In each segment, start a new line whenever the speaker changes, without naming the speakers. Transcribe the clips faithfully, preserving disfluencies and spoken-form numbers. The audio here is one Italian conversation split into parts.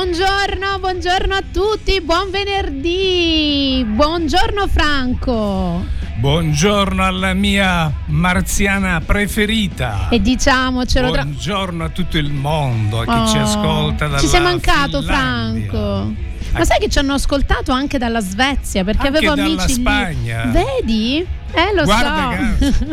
Buongiorno, buongiorno a tutti, buon venerdì, buongiorno Franco.
Buongiorno alla mia marziana preferita.
E diciamocelo.
Buongiorno tra... a tutto il mondo, a chi
oh,
ci ascolta dalla
Ci sei mancato,
Finlandia.
Franco. Ma sai che ci hanno ascoltato anche dalla Svezia, perché
anche
avevo
dalla
amici
Spagna.
lì. Vedi? Eh, lo
Guarda
so.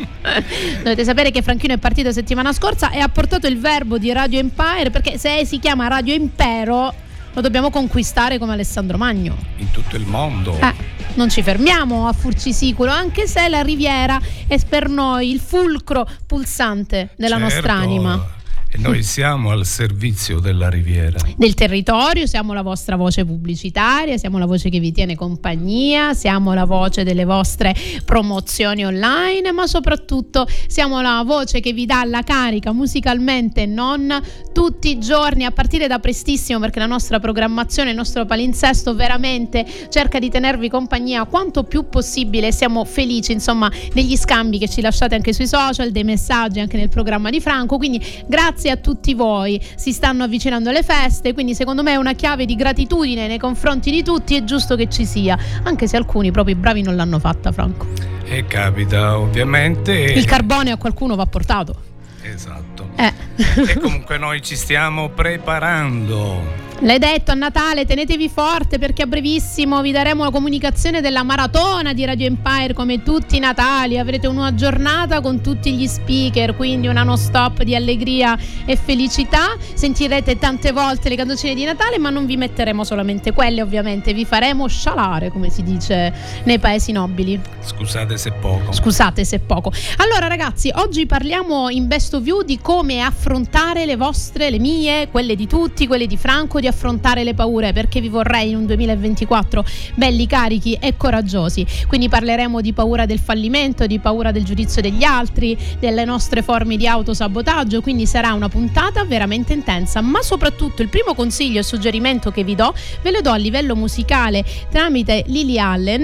Dovete sapere che Franchino è partito settimana scorsa e ha portato il verbo di Radio Empire, perché se si chiama Radio Impero lo dobbiamo conquistare come Alessandro Magno.
In tutto il mondo.
Eh, non ci fermiamo a Furcisicolo, anche se la Riviera è per noi il fulcro pulsante della
certo.
nostra anima.
E noi siamo al servizio della Riviera,
del territorio, siamo la vostra voce pubblicitaria, siamo la voce che vi tiene compagnia, siamo la voce delle vostre promozioni online, ma soprattutto siamo la voce che vi dà la carica musicalmente non tutti i giorni, a partire da prestissimo, perché la nostra programmazione, il nostro palinsesto veramente cerca di tenervi compagnia quanto più possibile. Siamo felici insomma degli scambi che ci lasciate anche sui social, dei messaggi anche nel programma di Franco, quindi grazie a tutti voi. Si stanno avvicinando le feste, quindi secondo me è una chiave di gratitudine nei confronti di tutti, è giusto che ci sia, anche se alcuni proprio i bravi non l'hanno fatta, Franco.
E capita ovviamente.
Il carbone a qualcuno va portato.
Esatto.
Eh.
E comunque noi ci stiamo preparando.
L'hai detto, a Natale tenetevi forte, perché a brevissimo vi daremo la comunicazione della maratona di Radio Empire. Come tutti i Natali avrete una giornata con tutti gli speaker, quindi una non stop di allegria e felicità. Sentirete tante volte le canzoncine di Natale, ma non vi metteremo solamente quelle, ovviamente vi faremo scialare, come si dice nei paesi nobili.
Scusate se poco.
Scusate se poco. Allora ragazzi, oggi parliamo in Best of You di come affrontare le vostre, le mie, quelle di tutti, quelle di Franco, di affrontare le paure, perché vi vorrei in un duemilaventiquattro belli, carichi e coraggiosi. Quindi parleremo di paura del fallimento, di paura del giudizio degli altri, delle nostre forme di autosabotaggio, quindi sarà una puntata veramente intensa, ma soprattutto il primo consiglio e suggerimento che vi do ve lo do a livello musicale tramite Lily Allen,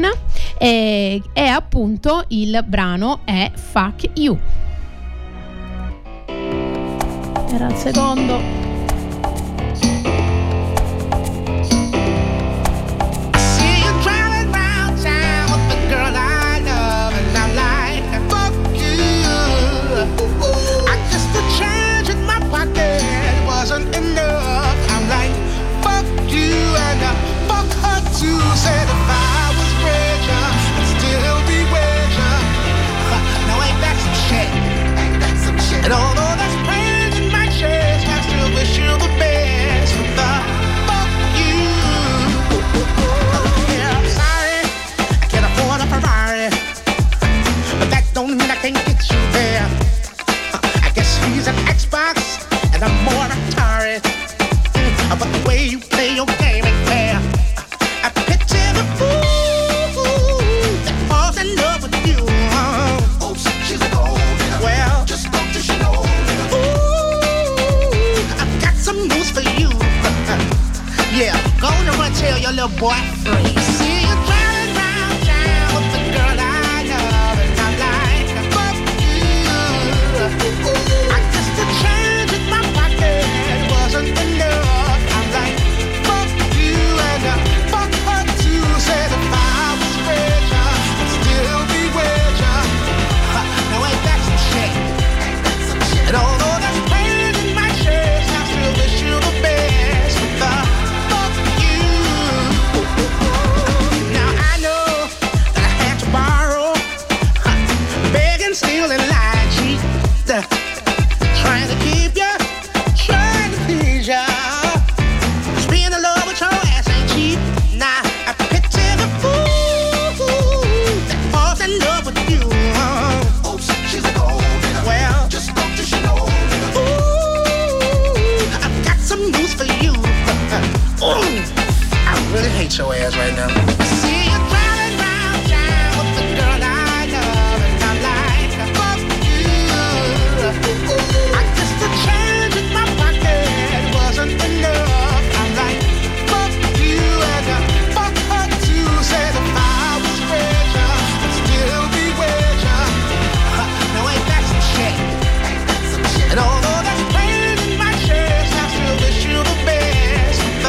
e, e appunto il brano è Fuck You. Era il secondo.
Said if I was richer, I'd still be richer. Now ain't that some shit? Ain't that some shit? And although there's pain in my chest, I still wish you the best. But the fuck you. Yeah, I'm sorry, I can't afford a Ferrari, but that don't mean I can't get you there. I guess he's an Xbox and I'm more Atari. But the way you play your game ain't fair. I picture the fool that falls in love with you. Oh, she's a gold digger. Well, just don't you know. Ooh, I've got some news for you. Yeah, go on and run, tell your little boy free. See you driving round town with the girl I love, and I'm like, fuck you. I guess the change in my pocket wasn't enough. I'm like, fuck you and uh, fuck her too. Said if I was richer, I'd still be richer. Uh, now ain't that some shit? Ain't that some shit? And although there's pain in my chest, I still wish you the best. But the fuck you. Now I know that I had to borrow, uh, beg and steal and lie and cheat, uh, trying to keep you, trying to please ya. Just being in love with your ass ain't cheap. Nah, I picture the fool that falls in love with you. Oh, she's a gold digger. Well, just don't you know. Ooh, I've got some news for you. Ooh, I really hate your ass right now. See you driving round town with the girl I love, and I'm like, fuck you. I guess the change in my pocket wasn't enough. I'm like, fuck you and uh, fuck her too. Said if I was richer, I'd still be richer. Uh, now ain't that some shit? Ain't that some shit? And although there's pain in my chest, I still wish you the best.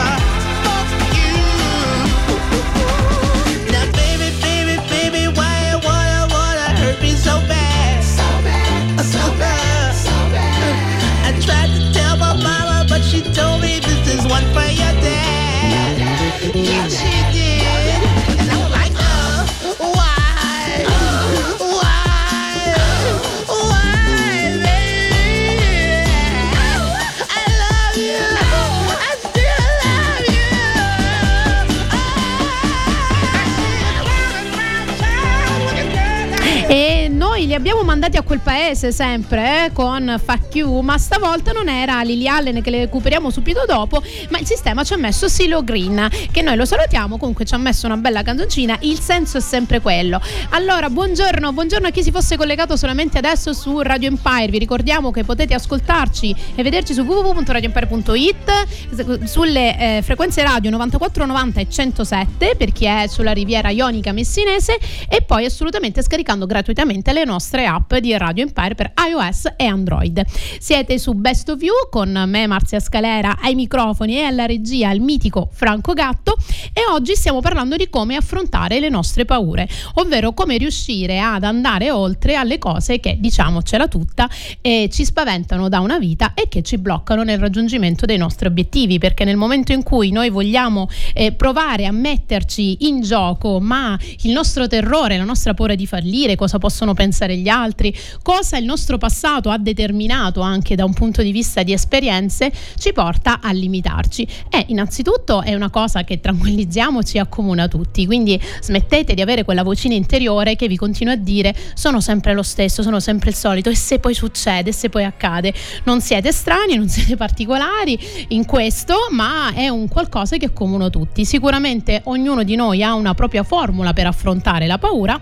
li abbiamo mandati a quel paese sempre eh, con Fuck You, ma stavolta non era Lily Allen, che le recuperiamo subito dopo, ma il sistema ci ha messo Silo Green, che noi lo salutiamo, comunque ci ha messo una bella canzoncina. Il senso è sempre quello. Allora, buongiorno, buongiorno a chi si fosse collegato solamente adesso su Radio Empire. Vi ricordiamo che potete ascoltarci e vederci su w w w punto radio empire punto i t, sulle eh, frequenze radio novantaquattro novanta e centosette per chi è sulla riviera ionica messinese, e poi assolutamente scaricando gratuitamente le nostre app di Radio Empire per iOS e Android. Siete su Best of You con me, Marzia Scalera, ai microfoni e alla regia il mitico Franco Gatto, e oggi stiamo parlando di come affrontare le nostre paure, ovvero come riuscire ad andare oltre alle cose che, diciamocela tutta, eh, ci spaventano da una vita e che ci bloccano nel raggiungimento dei nostri obiettivi, perché nel momento in cui noi vogliamo eh, provare a metterci in gioco, ma il nostro terrore, la nostra paura di fallire, cosa possono pensare gli altri, cosa il nostro passato ha determinato anche da un punto di vista di esperienze, ci porta a limitarci. E innanzitutto è una cosa che, tranquillizziamo, ci accomuna tutti, quindi smettete di avere quella vocina interiore che vi continua a dire sono sempre lo stesso, sono sempre il solito, e se poi succede, e se poi accade. Non siete strani, non siete particolari in questo, ma è un qualcosa che accomuna tutti. Sicuramente ognuno di noi ha una propria formula per affrontare la paura,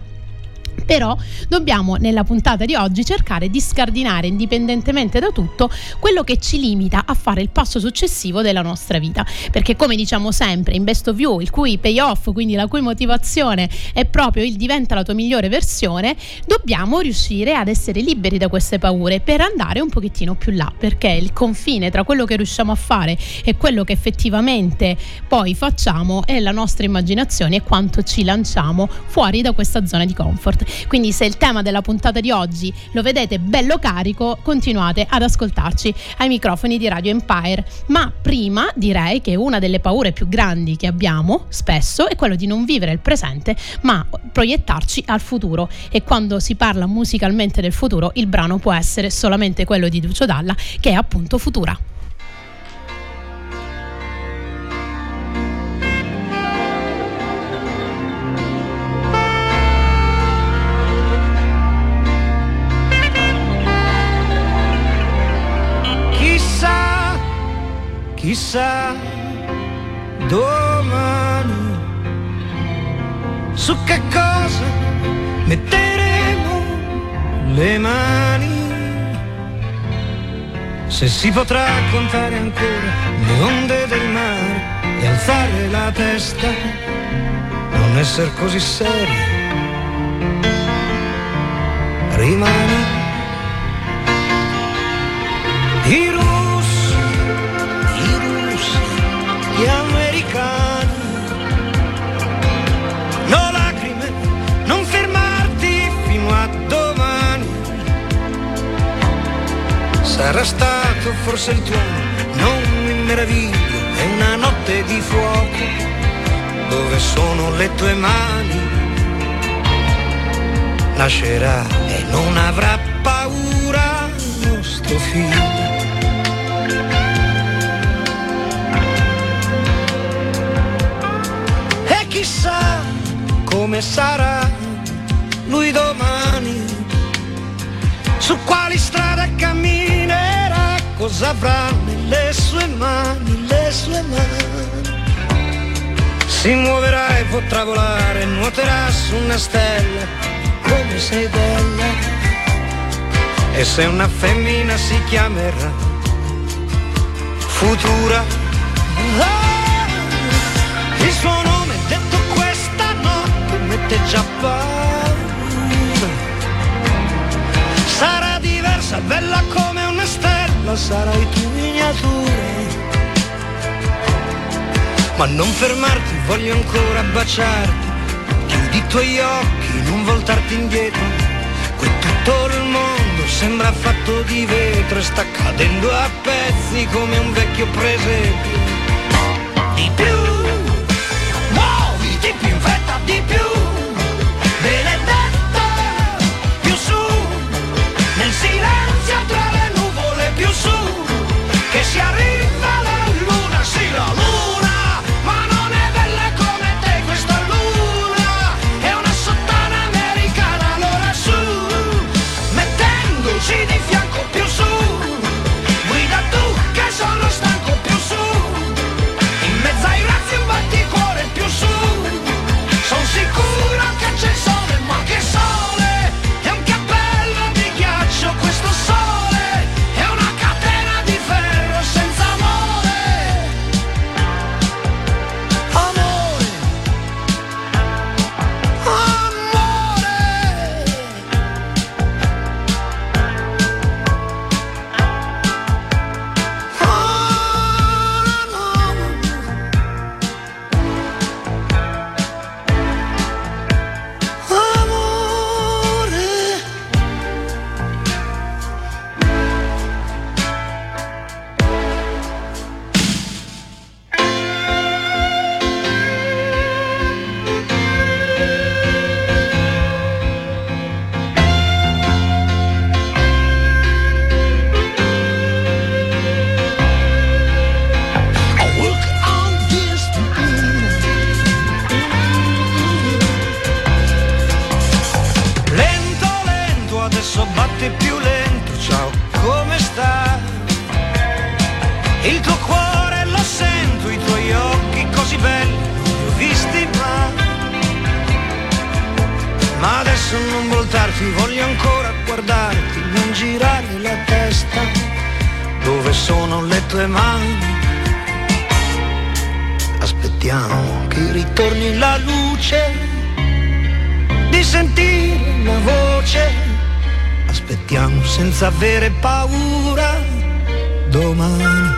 però dobbiamo nella puntata di oggi cercare di scardinare, indipendentemente da tutto, quello che ci limita a fare il passo successivo della nostra vita, perché come diciamo sempre in Best of You, il cui payoff, quindi la cui motivazione è proprio il diventa la tua migliore versione, dobbiamo riuscire ad essere liberi da queste paure per andare un pochettino più là, perché il confine tra quello che riusciamo a fare e quello che effettivamente poi facciamo è la nostra immaginazione e quanto ci lanciamo fuori da questa zona di comfort. Quindi se il tema della puntata di oggi lo vedete bello carico, continuate ad ascoltarci ai microfoni di Radio Empire. Ma prima direi che una delle paure più grandi che abbiamo spesso è quello di non vivere il presente ma proiettarci al futuro, e quando si parla musicalmente del futuro il brano può essere solamente quello di Lucio Dalla, che è appunto Futura.
Chissà domani su che cosa metteremo le mani, se si potrà contare ancora le onde del mare e alzare la testa, non essere così seri, rimani. I russi, i russi, gli americani, no lacrime, non fermarti fino a domani. Sarà stato forse il tuono, non mi meraviglio, è una notte di fuoco, dove sono le tue mani? Nascerà e non avrà paura nostro figlio. E chissà come sarà lui domani, su quali strade camminerà, cosa avrà nelle sue mani, le sue mani. Si muoverà e potrà volare, nuoterà su una stella, come sei bella. E se una femmina si chiamerà Futura, ah, il suo nome detto questa notte mette già paura. Sarà diversa, bella come una stella, sarai tu miniatura. Ma non fermarti, voglio ancora baciarti, chiudi i tuoi occhi, non voltarti indietro. Qui tutto il mondo sembra fatto di vetro e sta cadendo a pezzi come un vecchio presepio. Di più, muoviti più in fretta, di più, benedetta, più su, nel silenzio tra le nuvole, più su, che si arriva alla luna, sì la luna, ma non è bella come te questa luna, è una sottana americana, allora su, passo batte più lento, ciao, come stai? Il tuo cuore lo sento, i tuoi occhi così belli, li ho visti mai. Ma adesso non voltarti, voglio ancora guardarti, non girare la testa, dove sono le tue mani? Aspettiamo che ritorni la luce, di sentire la voce, aspettiamo senza avere paura domani.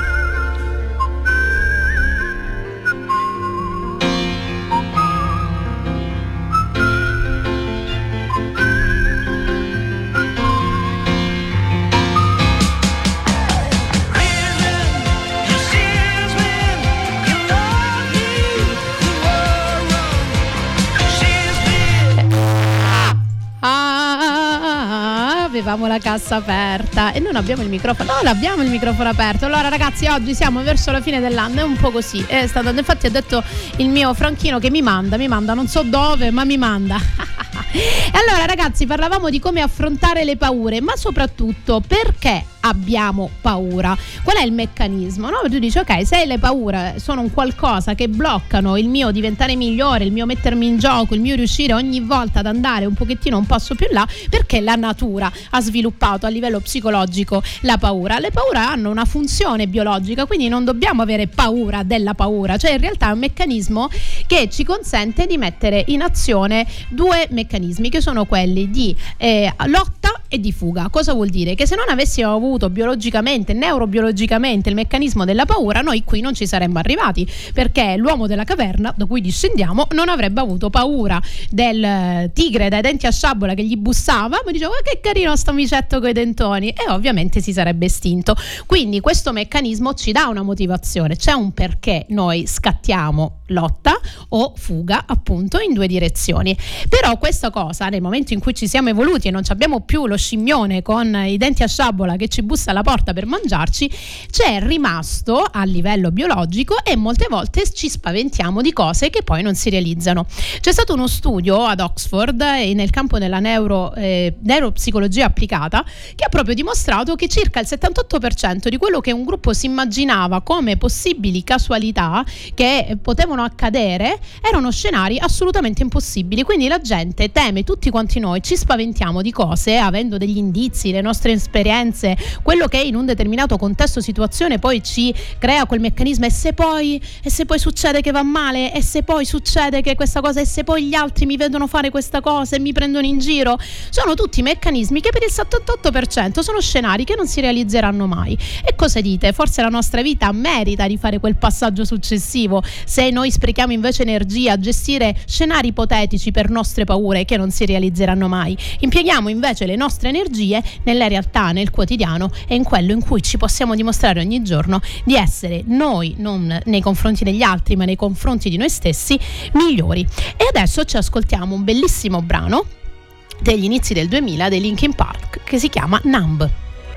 Avevamo la cassa aperta e non abbiamo il microfono. No, l'abbiamo il microfono aperto. Allora ragazzi, oggi siamo verso la fine dell'anno, è un po' così. È stato, infatti ha detto il mio Franchino che mi manda, mi manda, non so dove, ma mi manda. E allora ragazzi, parlavamo di come affrontare le paure, ma soprattutto perché abbiamo paura. Qual è il meccanismo? No? Tu dici ok, se le paure sono un qualcosa che bloccano il mio diventare migliore, il mio mettermi in gioco, il mio riuscire ogni volta ad andare un pochettino un passo più in là, perché la natura ha sviluppato a livello psicologico la paura. Le paure hanno una funzione biologica, quindi non dobbiamo avere paura della paura, cioè in realtà è un meccanismo che ci consente di mettere in azione due meccanismi che sono quelli di eh, lotta e di fuga. Cosa vuol dire? Che se non avessimo avuto biologicamente, neurobiologicamente il meccanismo della paura, noi qui non ci saremmo arrivati, perché l'uomo della caverna da cui discendiamo non avrebbe avuto paura del tigre dai denti a sciabola che gli bussava, ma diceva che carino sto micetto coi dentoni, e ovviamente si sarebbe estinto. Quindi questo meccanismo ci dà una motivazione, c'è un perché noi scattiamo lotta o fuga, appunto, in due direzioni. Però questa cosa, nel momento in cui ci siamo evoluti e non abbiamo più lo scimmione con i denti a sciabola che ci bussa alla porta per mangiarci, c'è rimasto a livello biologico e molte volte ci spaventiamo di cose che poi non si realizzano. C'è stato uno studio ad Oxford eh, nel campo della neuro, eh, neuropsicologia applicata, che ha proprio dimostrato che circa il settantotto per cento di quello che un gruppo si immaginava come possibili casualità che potevano accadere erano scenari assolutamente impossibili. Quindi la gente teme, tutti quanti noi ci spaventiamo di cose avendo degli indizi, le nostre esperienze, quello che in un determinato contesto, situazione poi ci crea quel meccanismo, e se poi e se poi succede che va male, e se poi succede che questa cosa, e se poi gli altri mi vedono fare questa cosa e mi prendono in giro. Sono tutti meccanismi che per il settantotto per cento sono scenari che non si realizzeranno mai. E cosa dite? Forse la nostra vita merita di fare quel passaggio successivo, se noi sprechiamo invece energia a gestire scenari ipotetici per nostre paure che non si realizzeranno mai. Impieghiamo invece le nostre energie nella realtà, nel quotidiano, e in quello in cui ci possiamo dimostrare ogni giorno di essere noi, non nei confronti degli altri ma nei confronti di noi stessi, migliori. E adesso ci ascoltiamo un bellissimo brano degli inizi del duemila dei Linkin Park che si chiama Numb.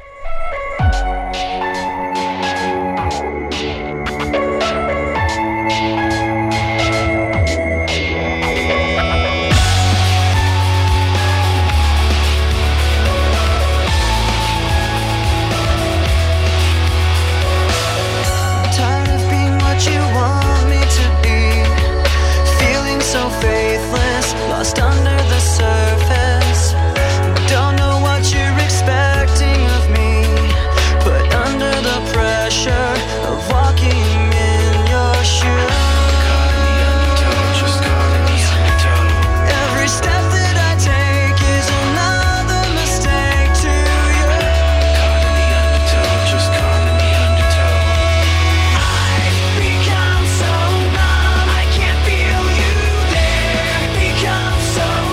Lost under the surface. Don't know what you're expecting of me, but under the pressure of walking in your shoes. Caught in the undertow, just caught in the undertow. Every step that I take is another mistake to you. Caught in the undertow, just caught in the undertow. I've become so numb, I can't feel you there. Become so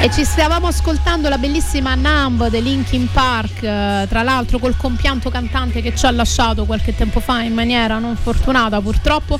E ci stavamo ascoltando la bellissima Numb dei Linkin Park, eh, tra l'altro col compianto cantante che ci ha lasciato qualche tempo fa in maniera non fortunata purtroppo,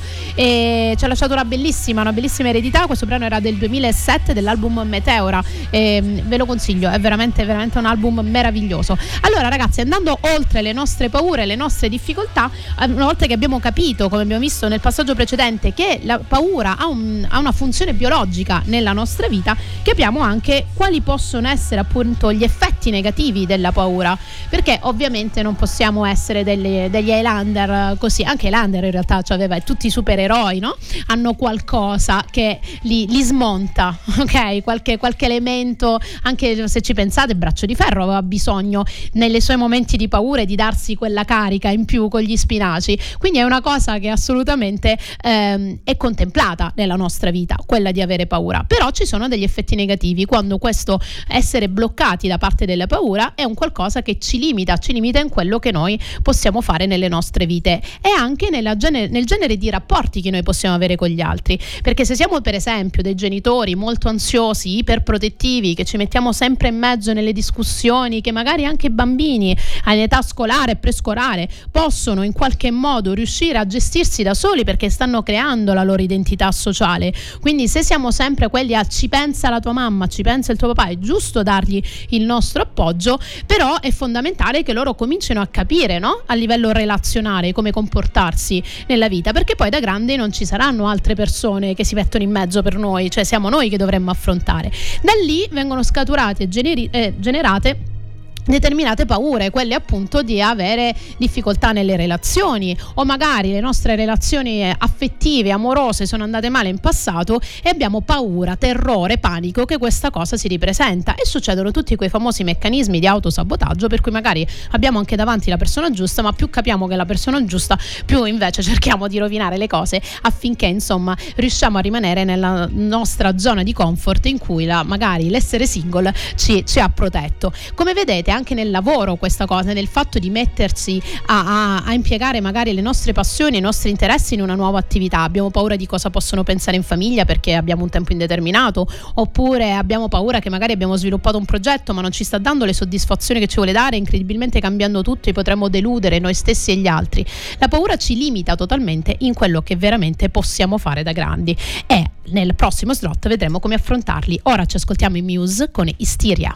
e ci ha lasciato una bellissima, una bellissima eredità. Questo brano era del duemilasette, dell'album Meteora, e ve lo consiglio, è veramente veramente un album meraviglioso. Allora ragazzi, andando oltre le nostre paure, le nostre difficoltà, una volta che abbiamo capito, come abbiamo visto nel passaggio precedente, che la paura ha, un, ha una funzione biologica nella nostra vita, capiamo anche quali possono essere appunto gli effetti negativi della paura, perché ovviamente non possiamo essere delle, degli Highlander così. Anche Highlander in realtà aveva, tutti i supereroi, no? Hanno qualcosa che li, li smonta, ok? Qualche, qualche elemento, anche se ci pensate, Braccio di Ferro aveva bisogno nei suoi momenti di paura di darsi quella carica in più con gli spinaci, quindi è una cosa che assolutamente ehm, è contemplata nella nostra vita, quella di avere paura. Però ci sono degli effetti negativi quando questo essere bloccati da parte della paura è un qualcosa che ci limita, ci limita in quello che noi possiamo fare nelle nostre vite e anche nella genere, nel genere di rapporti che noi possiamo avere con gli altri, perché se siamo per esempio dei genitori molto ansiosi, iperprotettivi, che ci mettiamo sempre in mezzo nelle discussioni, che magari anche i bambini in età scolare e prescolare possono in qualche modo riuscire a gestirsi da soli perché stanno creando la loro identità sociale, quindi se siamo sempre quelli a ci pensa la tua mamma, ci pensa il tuo papà, è giusto dargli il nostro appoggio, però è fondamentale che loro comincino a capire, no? A livello relazionale come comportarsi nella vita, perché poi da grandi non ci saranno altre persone che si mettono in mezzo per noi, cioè siamo noi che dovremmo affrontare. Da lì vengono scaturate e generi- eh, generate determinate paure, quelle appunto di avere difficoltà nelle relazioni, o magari le nostre relazioni affettive, amorose sono andate male in passato e abbiamo paura, terrore, panico che questa cosa si ripresenta, e succedono tutti quei famosi meccanismi di autosabotaggio per cui magari abbiamo anche davanti la persona giusta, ma più capiamo che è la persona giusta, più invece cerchiamo di rovinare le cose affinché insomma riusciamo a rimanere nella nostra zona di comfort in cui la, magari l'essere single ci, ci ha protetto. Come vedete anche nel lavoro questa cosa, nel fatto di mettersi a, a, a impiegare magari le nostre passioni, i nostri interessi in una nuova attività, abbiamo paura di cosa possono pensare in famiglia perché abbiamo un tempo indeterminato, oppure abbiamo paura che magari abbiamo sviluppato un progetto ma non ci sta dando le soddisfazioni che ci vuole dare, incredibilmente cambiando tutto e potremmo deludere noi stessi e gli altri. La paura ci limita totalmente in quello che veramente possiamo fare da grandi, e nel prossimo slot vedremo come affrontarli. Ora ci ascoltiamo i Muse con Hysteria.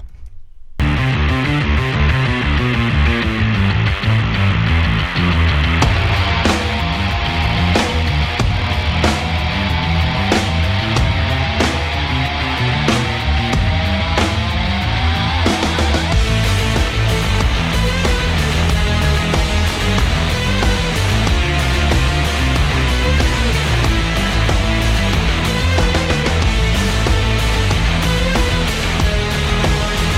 Hysteria.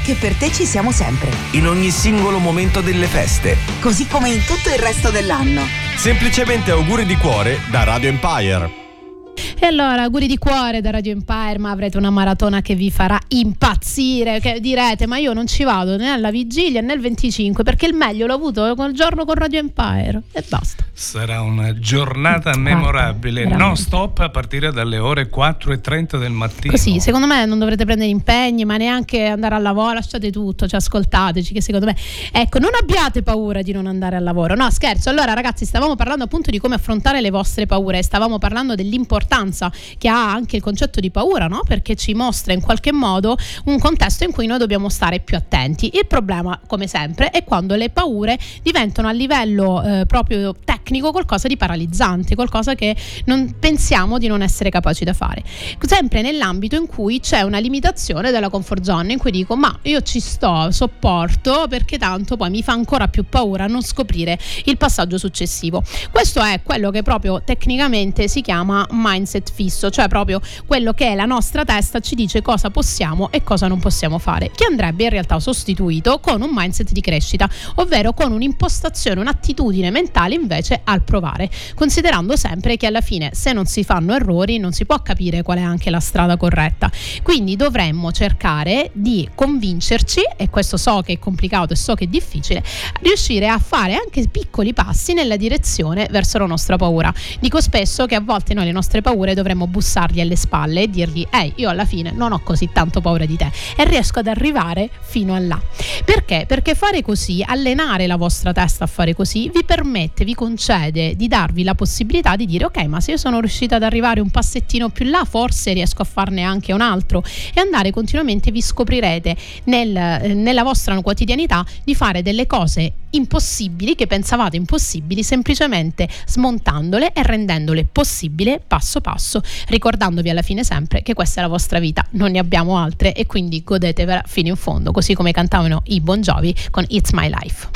che per te ci siamo sempre.
In ogni singolo momento delle feste.
Così come in tutto il resto dell'anno.
Semplicemente auguri di cuore da Radio Empire.
E allora, auguri di cuore da Radio Empire, ma avrete una maratona che vi farà impazzire, che direte, ma io non ci vado né alla vigilia né al venticinque, perché il meglio l'ho avuto quel giorno con Radio Empire, e basta.
Sarà una giornata memorabile,
veramente.
non stop a partire dalle ore quattro e trenta del mattino.
Così, secondo me non dovrete prendere impegni, ma neanche andare al lavoro, lasciate tutto, cioè ascoltateci, che secondo me, ecco, non abbiate paura di non andare al lavoro. No, scherzo. Allora ragazzi, stavamo parlando appunto di come affrontare le vostre paure, stavamo parlando dell'importanza che ha anche il concetto di paura, no? Perché ci mostra in qualche modo un contesto in cui noi dobbiamo stare più attenti. Il problema, come sempre, è quando le paure diventano a livello eh, proprio tecnico qualcosa di paralizzante, qualcosa che non pensiamo di non essere capaci da fare. Sempre nell'ambito in cui c'è una limitazione della comfort zone, in cui dico ma io ci sto, sopporto, perché tanto poi mi fa ancora più paura non scoprire il passaggio successivo. Questo è quello che proprio tecnicamente si chiama mindset fisso, cioè proprio quello che la nostra testa ci dice cosa possiamo e cosa non possiamo fare, che andrebbe in realtà sostituito con un mindset di crescita, ovvero con un'impostazione, un'attitudine mentale invece al provare, considerando sempre che alla fine se non si fanno errori non si può capire qual è anche la strada corretta. Quindi dovremmo cercare di convincerci, e questo so che è complicato e so che è difficile, riuscire a fare anche piccoli passi nella direzione verso la nostra paura. Dico spesso che a volte noi le nostre paure dovremmo bussargli alle spalle e dirgli ehi, io alla fine non ho così tanto paura di te e riesco ad arrivare fino a là. Perché? Perché fare così, allenare la vostra testa a fare così, vi permette, vi concede di darvi la possibilità di dire ok, ma se io sono riuscita ad arrivare un passettino più là, forse riesco a farne anche un altro, e andare continuamente, vi scoprirete nel, nella vostra quotidianità di fare delle cose impossibili che pensavate impossibili, semplicemente smontandole e rendendole possibile passo passo, ricordandovi alla fine sempre che questa è la vostra vita, non ne abbiamo altre, e quindi godetevela fino in fondo, così come cantavano i Bon Jovi con It's My Life.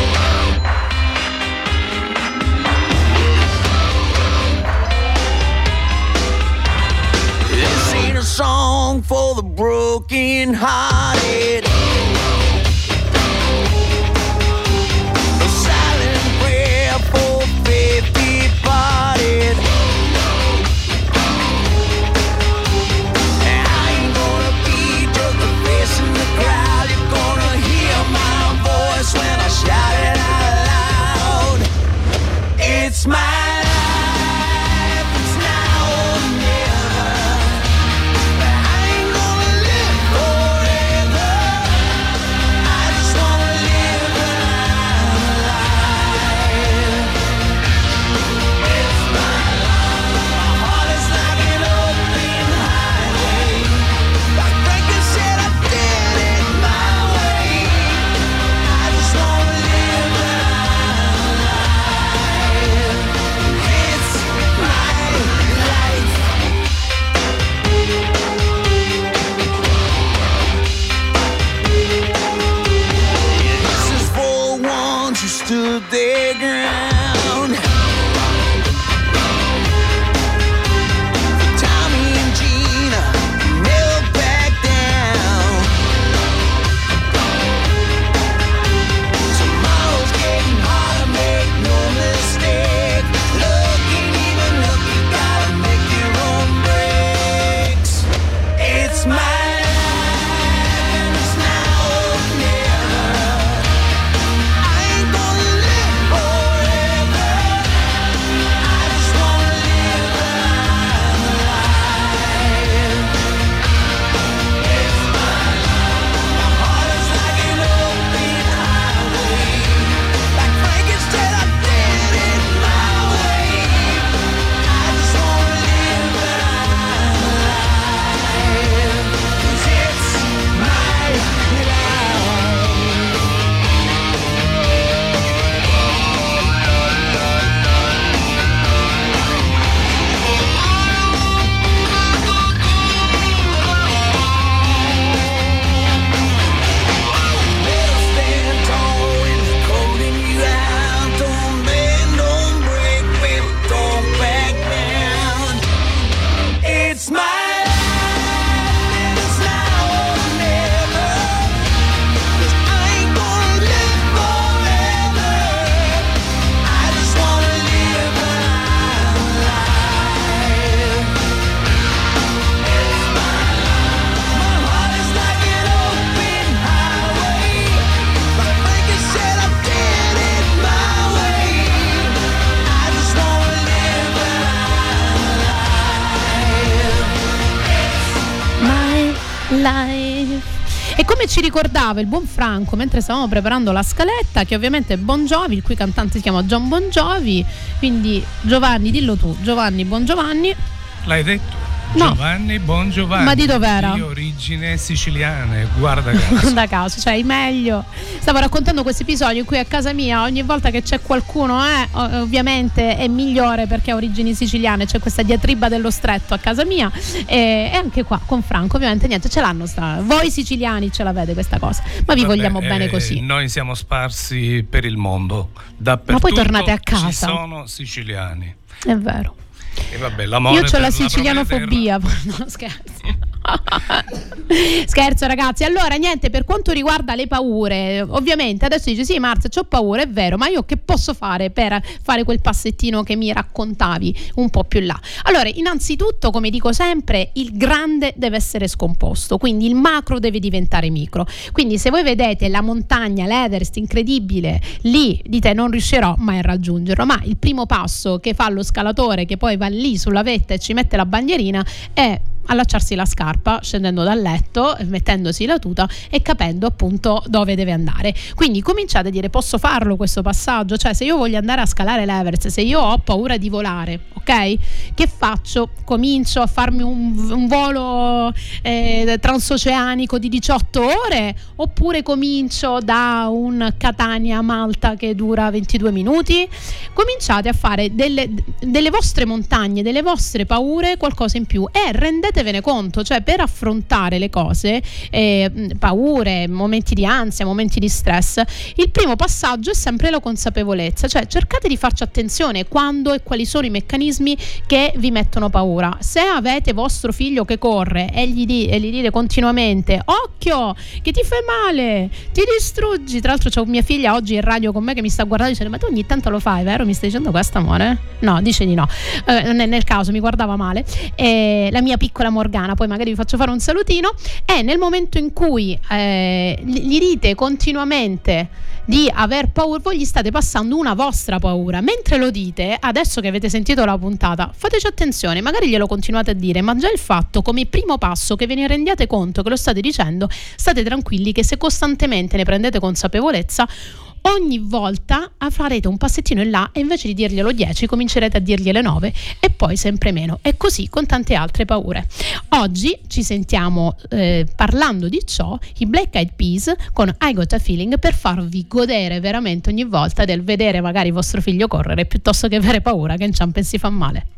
This ain't a song for the broken hearted. A silent prayer for faith departed. I ain't gonna be just a face in the crowd. You're gonna hear my voice when I shout it out loud. It's my stood their ground. Tommy and Gina never back down. Tomorrow's getting harder, make no mistake. Looking even look, you gotta make your own breaks. It's my forever.
life. E come ci ricordava il buon Franco mentre stavamo preparando la scaletta, che ovviamente è Bon Jovi, il cui cantante si chiama John Bon Jovi, quindi Giovanni, dillo tu, Giovanni Bon Giovanni.
L'hai detto?
No.
Giovanni Bon Giovanni.
Ma di dov'era?
Di origine siciliane, guarda caso.
Da caso, cioè il meglio. Stavo raccontando questo episodio in cui a casa mia ogni volta che c'è qualcuno eh, ovviamente è migliore perché ha origini siciliane, c'è questa diatriba dello stretto a casa mia e, e anche qua con Franco ovviamente niente, ce l'hanno sta. Voi siciliani ce l'avete questa cosa, ma vi
Vabbè,
vogliamo
eh,
bene così.
Noi siamo sparsi per il mondo, dappertutto.
Ma poi tornate a casa.
Ci sono siciliani.
È vero.
E vabbè, l'amore
io ho
per
la
la
sicilianofobia. No, scherzo. Scherzo ragazzi. Allora niente, per quanto riguarda le paure, ovviamente adesso dici sì Marzia c'ho paura, è vero, ma io che posso fare per fare quel passettino che mi raccontavi un po' più là? Allora innanzitutto, come dico sempre, il grande deve essere scomposto, quindi il macro deve diventare micro. Quindi se voi vedete la montagna, l'Everest incredibile, lì dite non riuscirò mai a raggiungerlo, ma il primo passo che fa lo scalatore che poi va lì sulla vetta e ci mette la bandierina è allacciarsi la scarpa scendendo dal letto, mettendosi la tuta e capendo appunto dove deve andare. Quindi cominciate a dire posso farlo questo passaggio, cioè se io voglio andare a scalare l'Everest, se io ho paura di volare, ok? Che faccio? Comincio a farmi un, un volo eh, transoceanico di diciotto ore oppure comincio da un Catania a Malta che dura ventidue minuti? Cominciate a fare delle, delle vostre montagne, delle vostre paure qualcosa in più e rendete Ve ne conto, cioè per affrontare le cose, eh, paure, momenti di ansia, momenti di stress, il primo passaggio è sempre la consapevolezza, cioè cercate di farci attenzione quando e quali sono i meccanismi che vi mettono paura. Se avete vostro figlio che corre e gli, di, e gli dite continuamente occhio che ti fai male, ti distruggi, tra l'altro c'ho mia figlia oggi in radio con me che mi sta guardando e dice ma tu ogni tanto lo fai, vero? Mi stai dicendo questo amore? No, dice di no, eh, nel caso mi guardava male, eh, la mia piccola Morgana, poi magari vi faccio fare un salutino, e nel momento in cui eh, gli dite continuamente di aver paura, voi gli state passando una vostra paura. Mentre lo dite, adesso che avete sentito la puntata, fateci attenzione, magari glielo continuate a dire, ma già il fatto come primo passo che ve ne rendiate conto che lo state dicendo, state tranquilli che se costantemente ne prendete consapevolezza, ogni volta farete un passettino in là e invece di dirglielo dieci comincerete a dirgliele nove e poi sempre meno, e così con tante altre paure. Oggi ci sentiamo eh, parlando di ciò i Black Eyed Peas con I Got a Feeling, per farvi godere veramente ogni volta del vedere magari vostro figlio correre piuttosto che avere paura che inciampa e si fa male.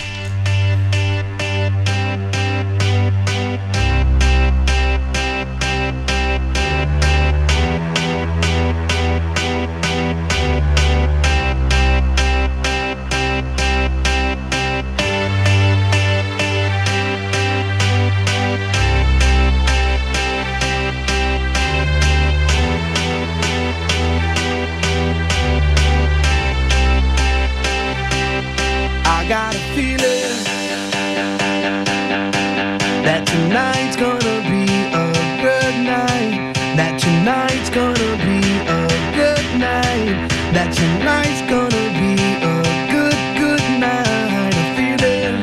Got a feeling that tonight's gonna be a good night, that tonight's gonna be a good night, that tonight's gonna be a good, good night. A feeling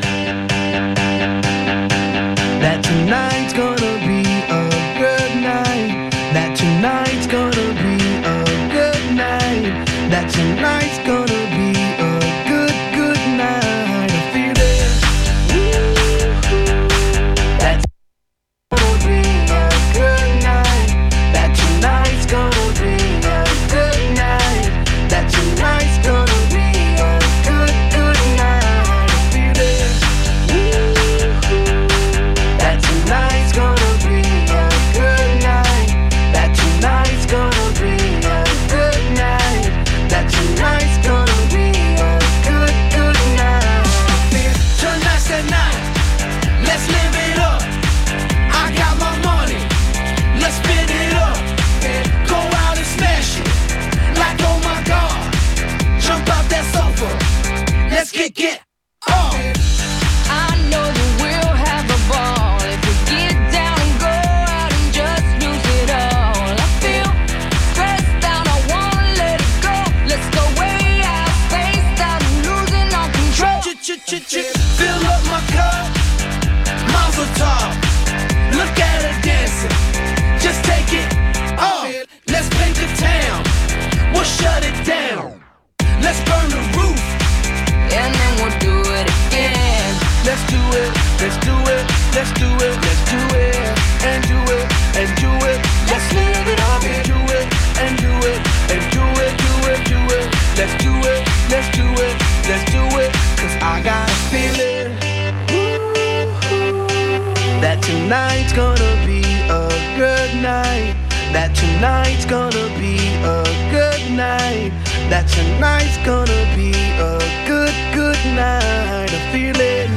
that tonight's gonna be a good night, that tonight's gonna be a good night, that tonight's gonna be a good, good night. Let's kick it off.
I know that we'll have a ball if we get down and go out and just lose it all. I feel stressed out, I wanna let it go. Let's go way out, spaced out, and losing all control.
Fill up my cup, Mazel tov. Look at her dance. let's do it, let's do it, let's do it. Cause I got a feeling that tonight's gonna be a good night. That tonight's gonna be a good night. That tonight's gonna be a good, good night. A feeling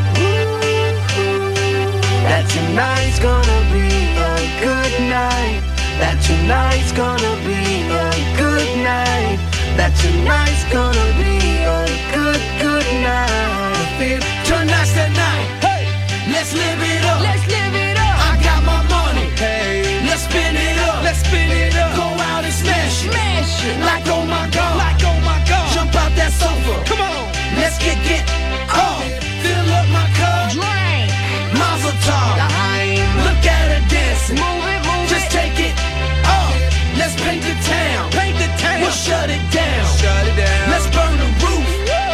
that tonight's gonna be a good night. That tonight's gonna be a good night. That tonight's gonna be a good, good night. I feel tonight's the night. Hey, let's live it up. Let's live it up. I got my money. Hey, let's spin it up. Let's spin it up. Go out and smash it. Smash it. Like oh my god. Like oh my god. Jump out that sofa. Come on. Let's get get off. Fill up my cup. Drink. Mazel tov. Look at her dancing. Move it, move Just it. take it off. Let's paint the town. Paint the town. We'll shut it down. Shut it down. Let's burn the roof.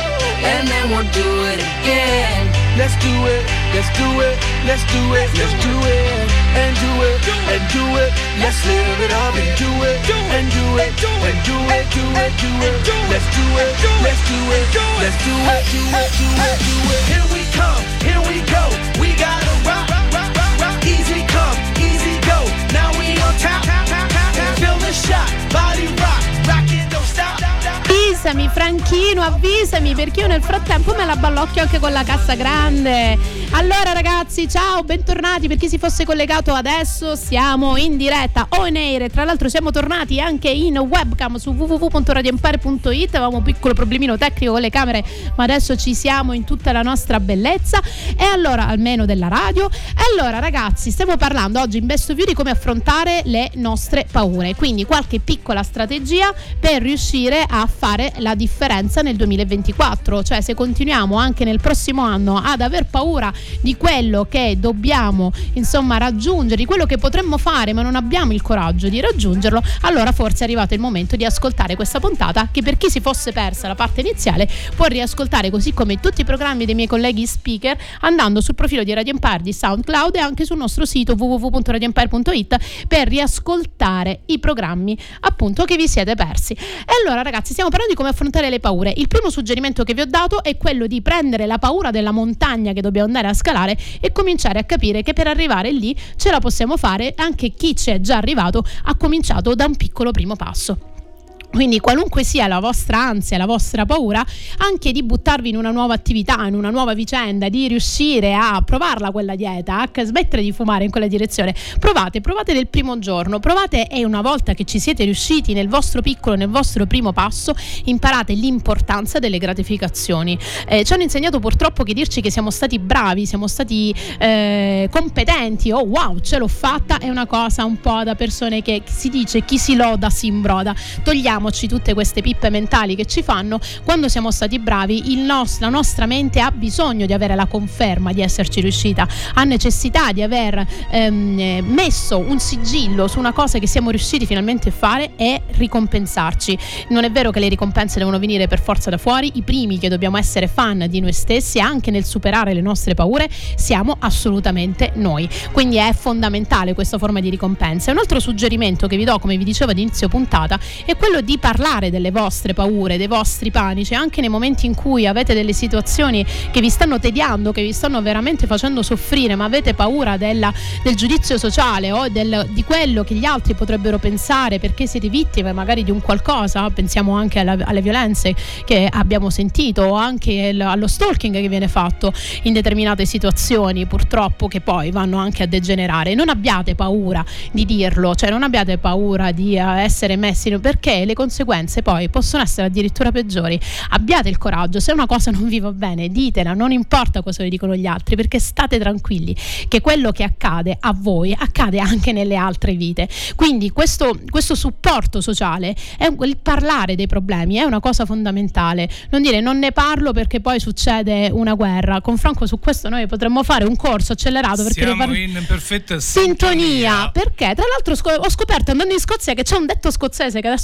And then we'll do it again. Let's do it. Let's do it. Let's do it. Let's do it. And do it. And do it. Let's live it up and do it. And do it. And do it. Do it. Do it. Let's do it. Let's do it. Let's do it. Do it. Do it. Do it. Here we come. Here we go. We gotta rock. Rock. Rock. Rock. Easy come. Easy go. Now we on top. Feel the shot. Body rock. Rock it. Don't stop.
Avvisami Franchino, avvisami, perché io nel frattempo me la ballocchio anche con la cassa grande. Allora ragazzi, ciao, bentornati. Per chi si fosse collegato adesso, siamo in diretta on air. Tra l'altro siamo tornati anche in webcam su w w w punto radio empire punto it. Avevamo un piccolo problemino tecnico con le camere, ma adesso ci siamo in tutta la nostra bellezza. E allora, almeno della radio. E allora ragazzi, stiamo parlando oggi in Best of You di come affrontare le nostre paure. Quindi qualche piccola strategia per riuscire a fare la differenza nel duemilaventiquattro. Cioè, se continuiamo anche nel prossimo anno ad aver paura di quello che dobbiamo insomma raggiungere, di quello che potremmo fare ma non abbiamo il coraggio di raggiungerlo, allora forse è arrivato il momento di ascoltare questa puntata, che per chi si fosse persa la parte iniziale può riascoltare, così come tutti i programmi dei miei colleghi speaker, andando sul profilo di Radio Empire di SoundCloud e anche sul nostro sito w w w punto radio empire punto it per riascoltare i programmi appunto che vi siete persi. E allora ragazzi, stiamo parlando di come affrontare le paure. Il primo suggerimento che vi ho dato è quello di prendere la paura della montagna che dobbiamo andare a scalare e cominciare a capire che per arrivare lì ce la possiamo fare. Anche chi ci è già arrivato ha cominciato da un piccolo primo passo. Quindi qualunque sia la vostra ansia, la vostra paura, anche di buttarvi in una nuova attività, in una nuova vicenda, di riuscire a provarla quella dieta, a smettere di fumare in quella direzione, provate, provate del primo giorno, provate, e una volta che ci siete riusciti nel vostro piccolo, nel vostro primo passo, imparate l'importanza delle gratificazioni. Eh, ci hanno insegnato purtroppo che dirci che siamo stati bravi, siamo stati eh, competenti, oh wow, ce l'ho fatta, è una cosa un po' da persone che si dice chi si loda si imbroda. Togliamo tutte queste pippe mentali che ci fanno. Quando siamo stati bravi, il nostro, la nostra mente ha bisogno di avere la conferma di esserci riuscita, ha necessità di aver ehm, messo un sigillo su una cosa che siamo riusciti finalmente a fare e ricompensarci. Non è vero che le ricompense devono venire per forza da fuori, i primi che dobbiamo essere fan di noi stessi anche nel superare le nostre paure siamo assolutamente noi, quindi è fondamentale questa forma di ricompensa. Un altro suggerimento che vi do, come vi dicevo ad inizio puntata, è quello di di parlare delle vostre paure, dei vostri panici, anche nei momenti in cui avete delle situazioni che vi stanno tediando, che vi stanno veramente facendo soffrire, ma avete paura della, del giudizio sociale o del, di quello che gli altri potrebbero pensare perché siete vittime magari di un qualcosa. Pensiamo anche alla, alle violenze che abbiamo sentito, o anche il, allo stalking che viene fatto in determinate situazioni, purtroppo, che poi vanno anche a degenerare. Non abbiate paura di dirlo, cioè non abbiate paura di uh, essere messi, perché le conseguenze poi possono essere addirittura peggiori. Abbiate il coraggio, se una cosa non vi va bene ditela, non importa cosa vi dicono gli altri, perché state tranquilli che quello che accade a voi accade anche nelle altre vite. Quindi questo, questo supporto sociale, è il parlare dei problemi, è una cosa fondamentale. Non dire non ne parlo perché poi succede una guerra. Con Franco su questo noi potremmo fare un corso accelerato, perché
siamo
par-
in perfetta
sintonia.
sintonia.
Perché tra l'altro sc- ho scoperto andando in Scozia che c'è un detto scozzese che adesso ovviamente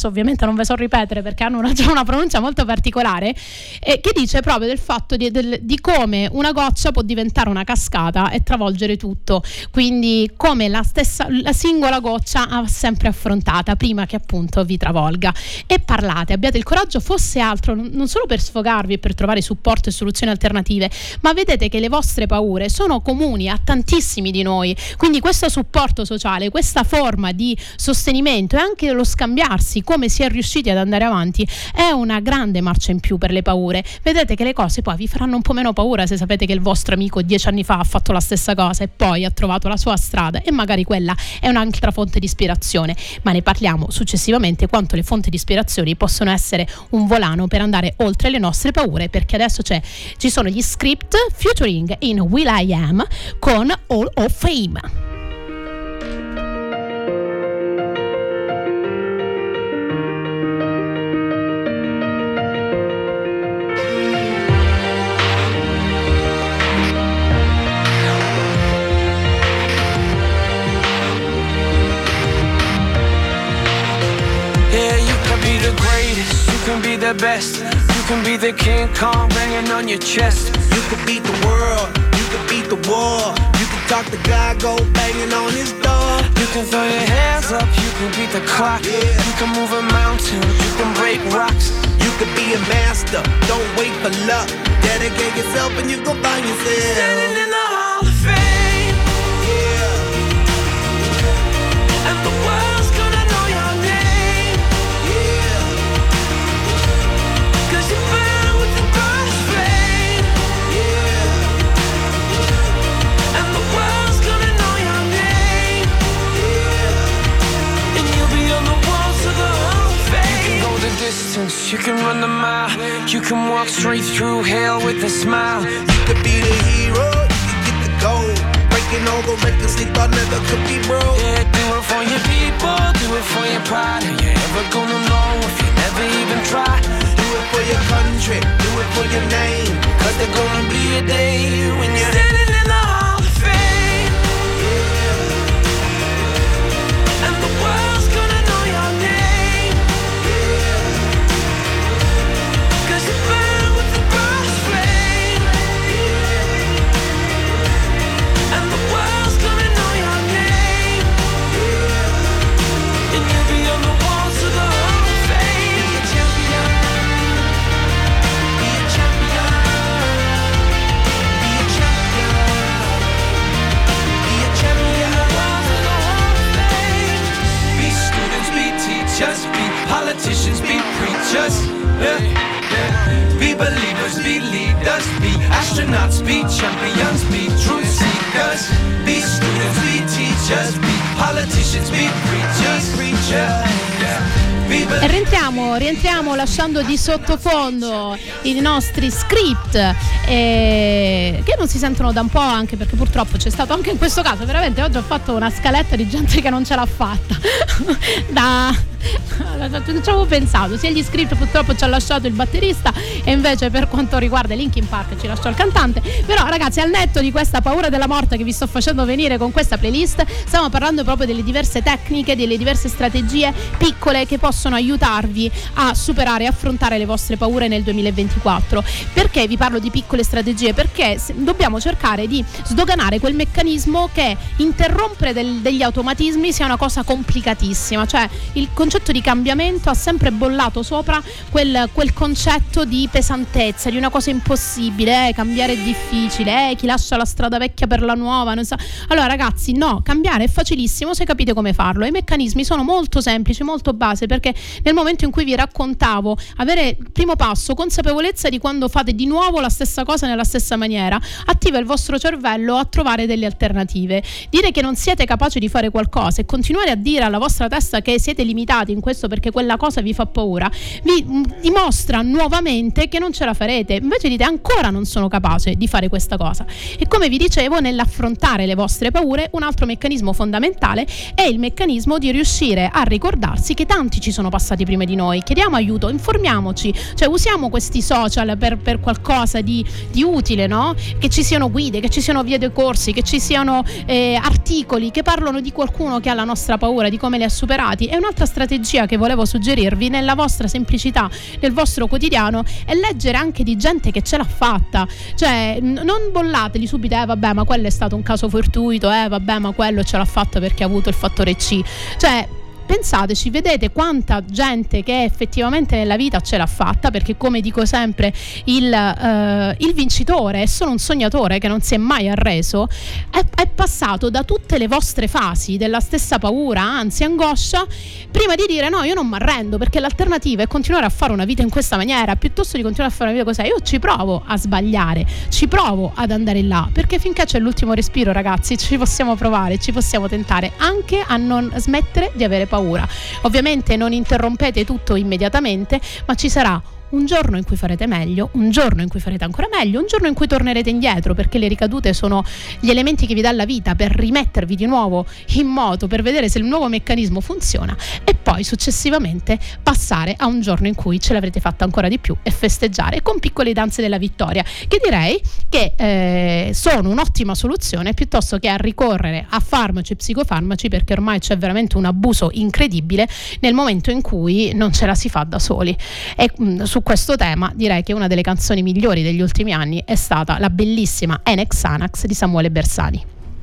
non ve so ripetere perché hanno una, già una pronuncia molto particolare, eh, che dice proprio del fatto di, del, di come una goccia può diventare una cascata e travolgere tutto, quindi come la stessa, la singola goccia va sempre affrontata prima che appunto vi travolga. E parlate, abbiate il coraggio, fosse altro non solo per sfogarvi e per trovare supporto e soluzioni alternative, ma vedete che le vostre paure sono comuni a tantissimi di noi, quindi questo supporto sociale, questa forma di sostenimento e anche lo scambiarsi come si è riusciti ad andare avanti è una grande marcia in più per le paure. Vedete che le cose poi vi faranno un po' meno paura se sapete che il vostro amico dieci anni fa ha fatto la stessa cosa e poi ha trovato la sua strada, e magari quella è un'altra fonte di ispirazione, ma ne parliamo successivamente quanto le fonti di ispirazione possono essere un volano per andare oltre le nostre paure, perché adesso c'è, ci sono gli Script featuring in Will I Am con Hall of Fame.
You can be the best. You can be the King Kong banging on your chest.
You could beat the world. You could beat the war. You can talk to God, go banging on his door.
You can throw your hands up. You can beat the clock.
Yeah.
You can move a mountain. You can break rocks.
You could be a master. Don't wait for luck. Dedicate yourself and you gon' find yourself
standing in the Hall of Fame.
Yeah.
And the world's gonna know your name. You can run the mile. You can walk straight through hell with a smile.
You could be the hero. You could get the gold. Breaking all the records they thought never could be broke.
Yeah, do it for your people. Do it for your pride. Are you ever gonna know if you never even try?
Do it for your country. Do it for your name.
Cause there's gonna be a day when you're standing in the Hall of Fame.
Yeah.
And the world's gonna know your name. Just be politicians, be preachers, yeah, yeah. Be believers, be leaders, be astronauts, be champions, be truth seekers. Be students, be teachers, be politicians, be preachers, preachers, yeah.
E rientriamo, rientriamo lasciando di sottofondo i nostri Script, eh, che non si sentono da un po', anche perché purtroppo c'è stato anche in questo caso, veramente oggi ho fatto una scaletta di gente che non ce l'ha fatta da non ci avevo pensato, sia gli Script purtroppo ci ha lasciato il batterista e invece per quanto riguarda Linkin Park ci lasciò il cantante. Però ragazzi, al netto di questa paura della morte che vi sto facendo venire con questa playlist, stiamo parlando proprio delle diverse tecniche, delle diverse strategie piccole che possono aiutarvi a superare e affrontare le vostre paure nel duemilaventiquattro. Perché vi parlo di piccole strategie? Perché dobbiamo cercare di sdoganare quel meccanismo che interrompere del, degli automatismi sia una cosa complicatissima, cioè il concetto di cambiamento ha sempre bollato sopra quel, quel concetto di pesantezza, di una cosa impossibile, eh, cambiare è difficile, eh, chi lascia la strada vecchia per la nuova non sa. Allora ragazzi, no, cambiare è facilissimo se capite come farlo. I meccanismi sono molto semplici, molto base, perché nel momento in cui vi raccontavo, avere il primo passo, consapevolezza di quando fate di nuovo la stessa cosa nella stessa maniera, attiva il vostro cervello a trovare delle alternative. Dire che non siete capaci di fare qualcosa e continuare a dire alla vostra testa che siete limitati in questo perché quella cosa vi fa paura, vi dimostra nuovamente che non ce la farete. Invece dite: ancora non sono capace di fare questa cosa. E come vi dicevo, nell'affrontare le vostre paure, un altro meccanismo fondamentale è il meccanismo di riuscire a ricordarsi che tanti ci sono passati prima di noi. Chiediamo aiuto, informiamoci, cioè usiamo questi social per, per qualcosa di, di utile, no? Che ci siano guide, che ci siano videocorsi, che ci siano eh, articoli che parlano di qualcuno che ha la nostra paura, di come li ha superati. È un'altra strategia strategia che volevo suggerirvi nella vostra semplicità, nel vostro quotidiano, è leggere anche di gente che ce l'ha fatta. Cioè n- non bollateli subito, eh vabbè ma quello è stato un caso fortuito, eh vabbè ma quello ce l'ha fatta perché ha avuto il fattore C. Cioè pensateci, vedete quanta gente che effettivamente nella vita ce l'ha fatta, perché come dico sempre il, uh, il vincitore è solo un sognatore che non si è mai arreso, è, è passato da tutte le vostre fasi della stessa paura, ansia, angoscia, prima di dire no, io non mi arrendo, perché l'alternativa è continuare a fare una vita in questa maniera piuttosto di continuare a fare una vita così. Io ci provo a sbagliare, ci provo ad andare là, perché finché c'è l'ultimo respiro, ragazzi, ci possiamo provare, ci possiamo tentare anche a non smettere di avere paura. Paura. Ovviamente non interrompete tutto immediatamente, ma ci sarà un giorno in cui farete meglio, un giorno in cui farete ancora meglio, un giorno in cui tornerete indietro, perché le ricadute sono gli elementi che vi dà la vita per rimettervi di nuovo in moto, per vedere se il nuovo meccanismo funziona, e poi successivamente passare a un giorno in cui ce l'avrete fatta ancora di più e festeggiare con piccole danze della vittoria, che direi che eh, sono un'ottima soluzione piuttosto che a ricorrere a farmaci e psicofarmaci, perché ormai c'è veramente un abuso incredibile nel momento in cui non ce la si fa da soli. E mh, su questo tema direi che una delle canzoni migliori degli ultimi anni è stata la bellissima Enex Anax di Samuele Bersani.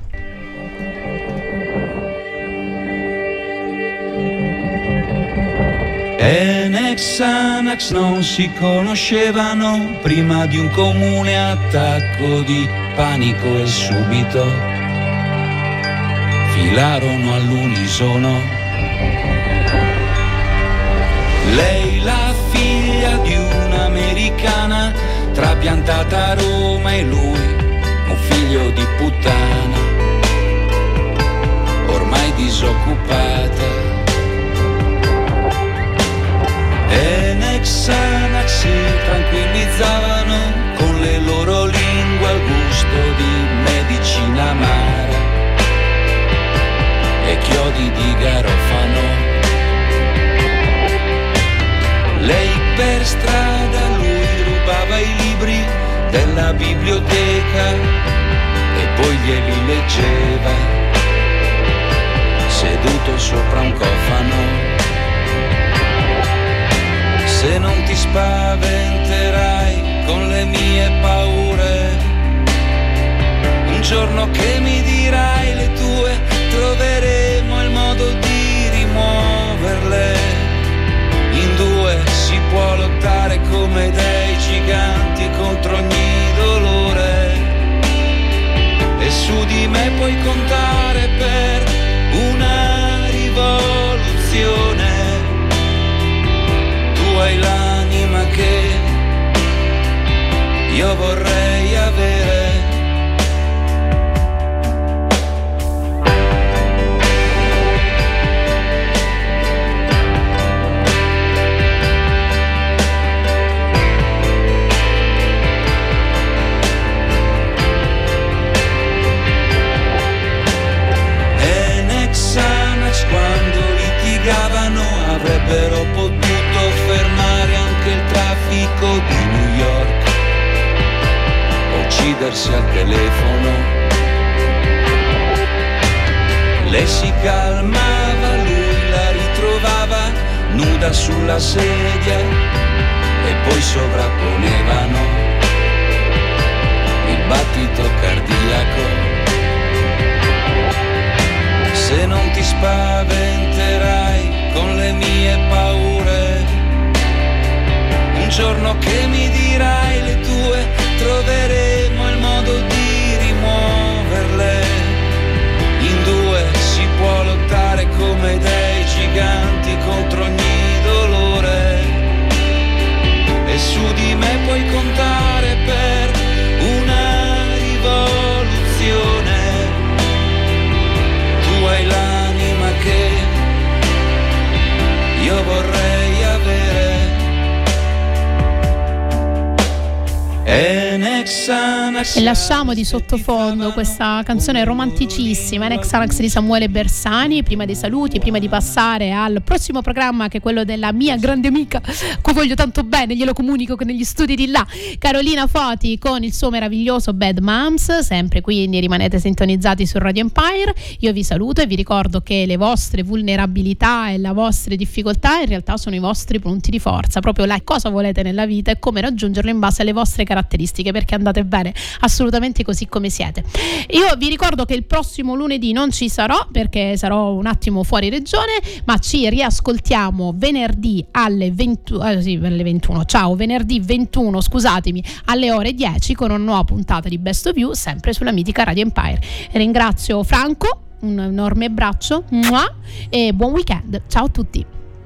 Enex Anax non si conoscevano prima di un comune attacco di panico e subito filarono all'unisono. Lei la figlia di un'americana trapiantata a Roma e lui un figlio di puttana ormai disoccupata. Enex Anax si tranquillizzavano con le loro lingue al gusto di medicina amara e chiodi di garofano. Lei per strada, lui rubava i libri della biblioteca e poi glieli leggeva seduto sopra un cofano. Se non ti spaventerai con le mie paure, un giorno che mi dirai le tue, troveremo il modo di rimuoverle. In due si può lottare come dei giganti contro ogni dolore, e su di me puoi contare per una rivoluzione. Tu hai l'anima che io vorrei avere. Quando litigavano avrebbero potuto fermare anche il traffico di New York o uccidersi al telefono. Lei si calmava, lui la ritrovava nuda sulla sedia e poi sovrapponevano il battito cardiaco. Se non ti spaventerai con le mie paure, un giorno che mi dirai le tue, troveremo il modo di rimuoverle. In due si può lottare come dei giganti contro ogni dolore, e su di me puoi contare per una rivoluzione. Tu hai l'anima che io vorrei avere. E ne
E lasciamo di sottofondo questa canzone romanticissima, Nexanax di Samuele Bersani. Prima dei saluti, prima di passare al prossimo programma, che è quello della mia grande amica, cui voglio tanto bene, glielo comunico che negli studi di là, Carolina Foti, con il suo meraviglioso Bad Moms. Sempre quindi rimanete sintonizzati su Radio Empire. Io vi saluto e vi ricordo che le vostre vulnerabilità e le vostre difficoltà in realtà sono i vostri punti di forza, proprio la cosa volete nella vita e come raggiungerlo in base alle vostre caratteristiche, perché andate bene assolutamente così come siete. Io vi ricordo che il prossimo lunedì non ci sarò perché sarò un attimo fuori regione, ma ci riascoltiamo venerdì alle ventuno, eh, sì, alle ventuno, ciao, venerdì ventuno, scusatemi, alle ore dieci con una nuova puntata di Best of You, sempre sulla mitica Radio Empire. Ringrazio Franco, un enorme abbraccio e buon weekend, ciao a tutti.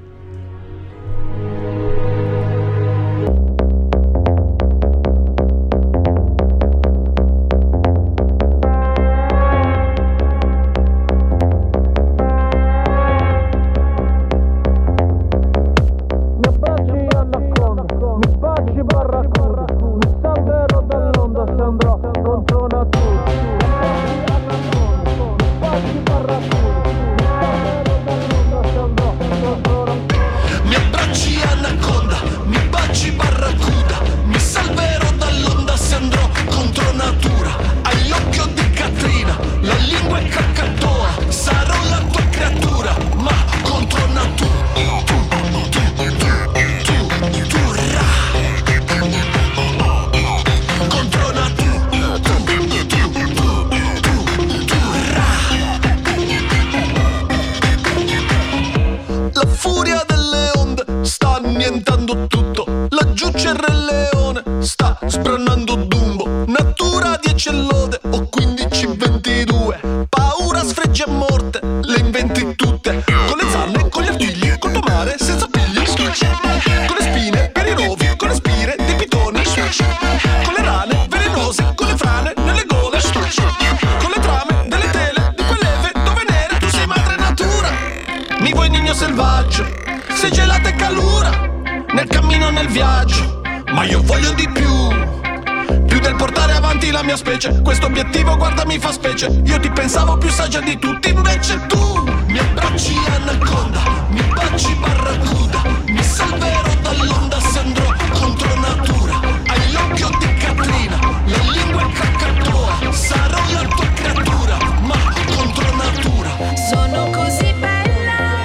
Questo obiettivo guarda mi fa specie. Io ti pensavo più saggia di tutti, invece tu mi abbracci anaconda, mi baci barracuda, mi salverò dall'onda se andrò contro natura. Hai l'occhio di Catrina, la lingua è cacatoa, sarò la tua creatura, ma contro natura.
Sono così bella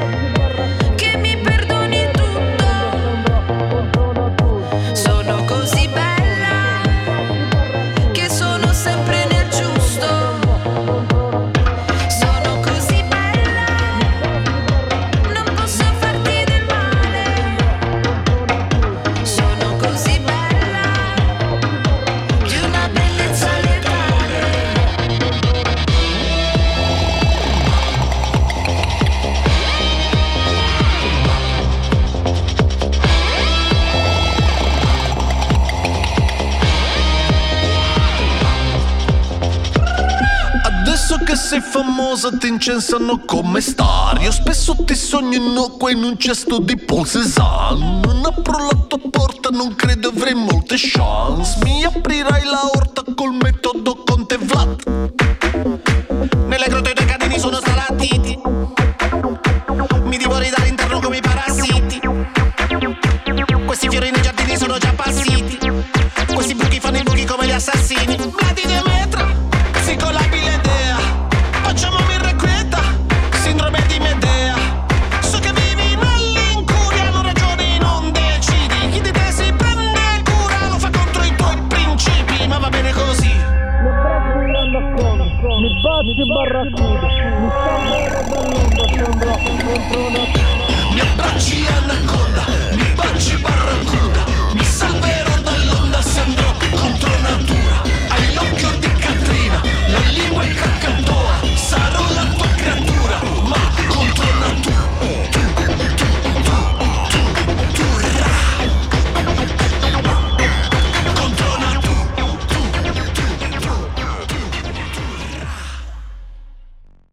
che mi perdoni tutto. Sono così bella sempre nel giusto. Sono così bella, non posso farti del male. Sono così bella, di una bellezza letale.
Adesso che sei famosa ti incensano come star. Io spesso ti sogno innocua in un cesto di Paul Cézanne. Non apro la tua porta, non credo avrei molte chance. Mi aprirai la orta col metodo Conte Vlad. Nelle grotte i tuoi cadini sono stalattiti, mi divori dall'interno come i parassiti. Questi fiori nei giardini sono già passiti, questi buchi fanno i buchi come gli assassini. Bladi di metra, psicolabile idea, facciamomi irrequieta, sindrome di Medea. So che vivi nell'incuria, non ragioni, non decidi. Chi di te si prende cura lo fa contro i tuoi principi, ma va bene così. Mi baci barracuda, mi sta dall'onda, sembra contro